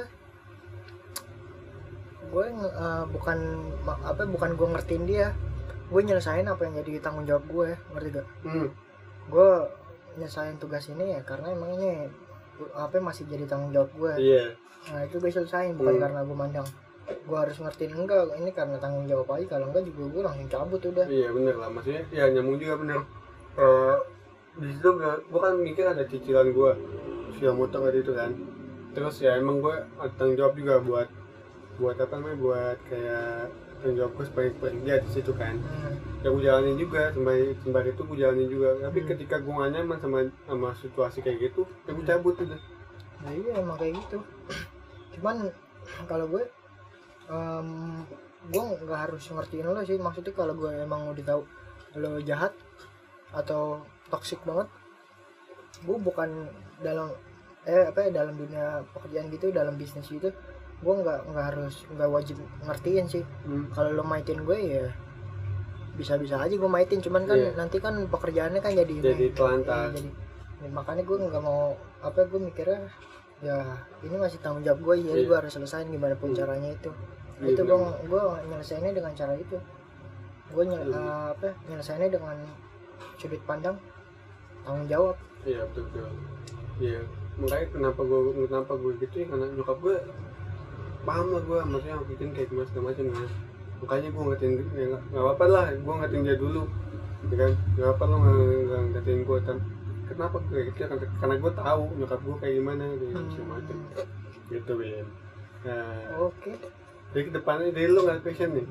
gue uh, bukan ma- apa bukan gue ngertiin dia, gue nyelesain apa yang jadi tanggung jawab gue, ngerti gak? Hmm. Gue nyelesain tugas ini ya karena emang ini apa masih jadi tanggung jawab gue. Iya. Nah itu gue selesain, bukan Hmm. karena gue mandang gue harus ngertiin, enggak, ini karena tanggung jawab aja. Kalau enggak juga gue langsung cabut udah. Iya bener lah, maksudnya ya nyambung juga bener. Uh, di situ gue, gue kan mikir ada cicilan gue sudah motor tadi itu kan. Terus ya emang gue ada tanggung jawab juga buat buat apa namanya buat kayak tanggung jawab gue sebagai pekerja di situ kan. Hmm. Ya gue jalanin juga sembari sembari itu gue jalanin juga. Tapi Hmm. ketika gue gak nyaman sama sama situasi kayak gitu, ya gue cabut udah. Nah iya emang kayak gitu. Cuman kalau gue um, gue nggak harus ngertiin lo sih, maksudnya kalau gue emang udah tahu lo jahat atau toksik banget, gue bukan dalam eh apa ya dalam dunia pekerjaan gitu, dalam bisnis gitu, gue nggak nggak harus nggak wajib ngertiin sih. Hmm. Kalau lo maitin gue ya bisa-bisa aja gue maitin, cuman kan Iya. nanti kan pekerjaannya kan jadi Jadi ini. telantar. Iya, jadi ya, makanya gue nggak mau apa, gue mikirnya ya ini masih tanggung jawab gue, jadi Iya. gue harus selesain gimana pun Hmm. caranya itu. Iya, Itu gue benar. gue nyelesainnya dengan cara itu, gue nyel, Iya. uh, apa nyelesainnya dengan sudut pandang tanggung jawab. Iya betul betul. Iya makanya kenapa gue kenapa gue gitu ya, karena nyokap gue paham lah gue maksudnya bikin kayak gimana segala macam kan. Makanya gue ngatain ya nggak nggak apa-apa lah, gue ngatain dia dulu, ya kan nggak apa lo nggak nggak ngatain gue kan. Kenapa gue kayak gitu ya? Karena- karena gue tahu nyokap gue kayak gimana kayak Hmm. segala macam gitu Win. Nah Oke. dari kedepannya dari lo nggak ada passion nih.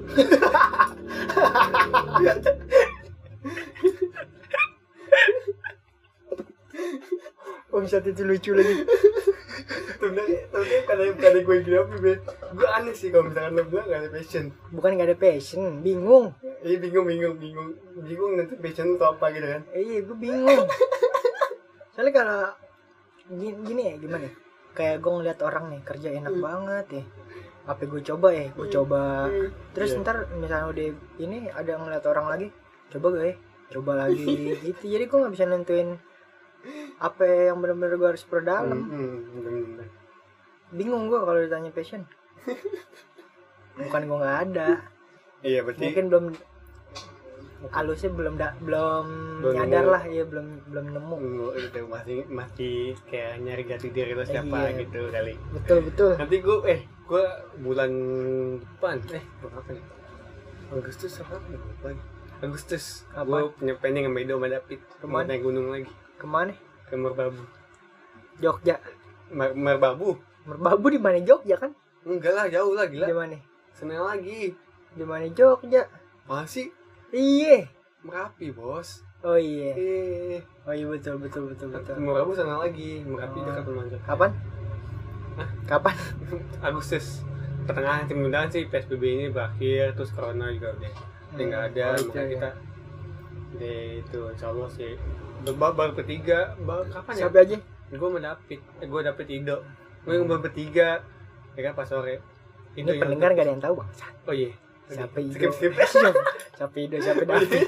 Bangsat itu lucu lagi. Sebenarnya tapi karena karena gue gini apa be, gue aneh sih kalau misalkan lo bilang nggak ada passion. Bukan gak ada passion, bingung. Iya bingung bingung bingung bingung nanti passion itu apa gitu kan. Eh, iya gue bingung. Soalnya kalau gini, gini ya gimana ya? Kayak gue ngeliat orang nih kerja enak Hmm. banget ya, apa gue coba ya, gue coba. Terus Iya. ntar misalnya udah ini ada ngeliat orang lagi, coba gue ya, coba lagi gitu. Jadi gue nggak bisa nentuin apa yang benar-benar gue harus perdalam. Hmm, hmm, bener-bener. Bingung gue kalau ditanya passion. Bukan gue nggak ada, Iya berarti mungkin belum halusnya belum da, belum Belum nyadar nemu. lah ya, belum belum nemu. oh, itu masih masih kayak nyari jati diri lo siapa Iya. gitu kali. Betul betul. Nanti gue eh gue bulan depan eh bulan apa nih? Agustus apa nih? Bulan Agustus. Apa? Gue punya planning sama Edo sama David. Mau Kemana? naik gunung lagi Kemana? ke Merbabu. Jogja. Mer- Merbabu? Merbabu di mana Jogja kan? Enggak lah jauh lah gila. Di mana? Seneng lagi. Di mana Jogja? Masih Iya. Merapi bos. Oh iya. Eh, Oh iya betul betul betul betul. Merabu sana lagi, Merapi Oh. dekat Pemanjang. Kapan? Hah? Kapan? Agustus pertengahan mudah-mudahan sih P S B B ini berakhir, terus corona juga udah udah nggak ada, Oh, itu makanya ya. kita deh itu insya Allah sih baru baru bertiga, baru kapan ya? Siapa aja? Gue mau dapet, eh, gue dapet Ido, gue yang baru bertiga, ya kan pas sore. Ini pendengar gak ada yang tahu bang. Oh iya. Siapa itu? Skip skip. Siapa siapa itu? Siapa David?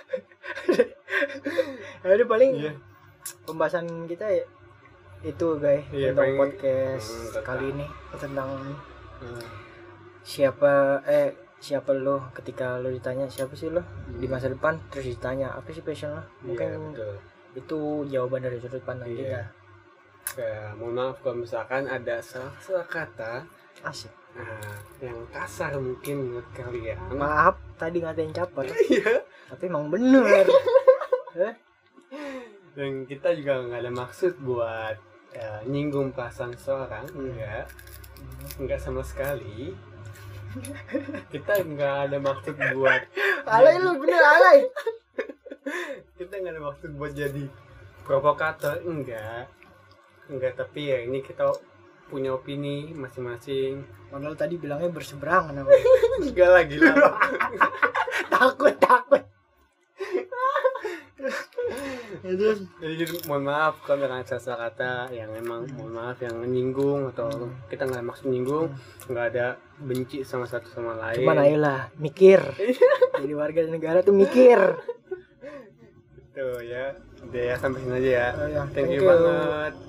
Ada paling Iya. pembahasan kita ya itu guys, Iya, tentang paling- podcast Hmm, tentang- kali ini tentang Hmm. siapa eh siapa lo ketika lo ditanya siapa sih lo di masa depan, terus ditanya apa sih passion lo, mungkin Iya betul. itu jawaban dari sudut pandang Iya. kita. Ya, mohon maaf kalau misalkan ada salah salah kata Asik. nah, yang kasar mungkin menurut kalian. Maaf tadi ngatain caper, Iya. tapi emang bener. Eh? Dan kita juga nggak ada maksud buat ya, nyinggung perasaan seseorang, enggak, enggak sama sekali. Kita enggak ada maksud buat Alay jadi- lu bener alay. kita enggak ada maksud buat jadi provokator, enggak, enggak. Tapi ya ini kita punya opini masing-masing. Padahal tadi bilangnya berseberangan namanya. Enggak lah, gila. takut takut. Itu Jadi mohon maaf kalau dengan salah kata yang emang mohon maaf yang menyinggung atau kita nggak maksud nyinggung, nggak ada benci sama satu sama lain. cuman ayolah mikir. Jadi warga negara tuh mikir. Tuh ya, udah ya sampai sini aja ya. Oh, ya. Thank Thank you you. banget.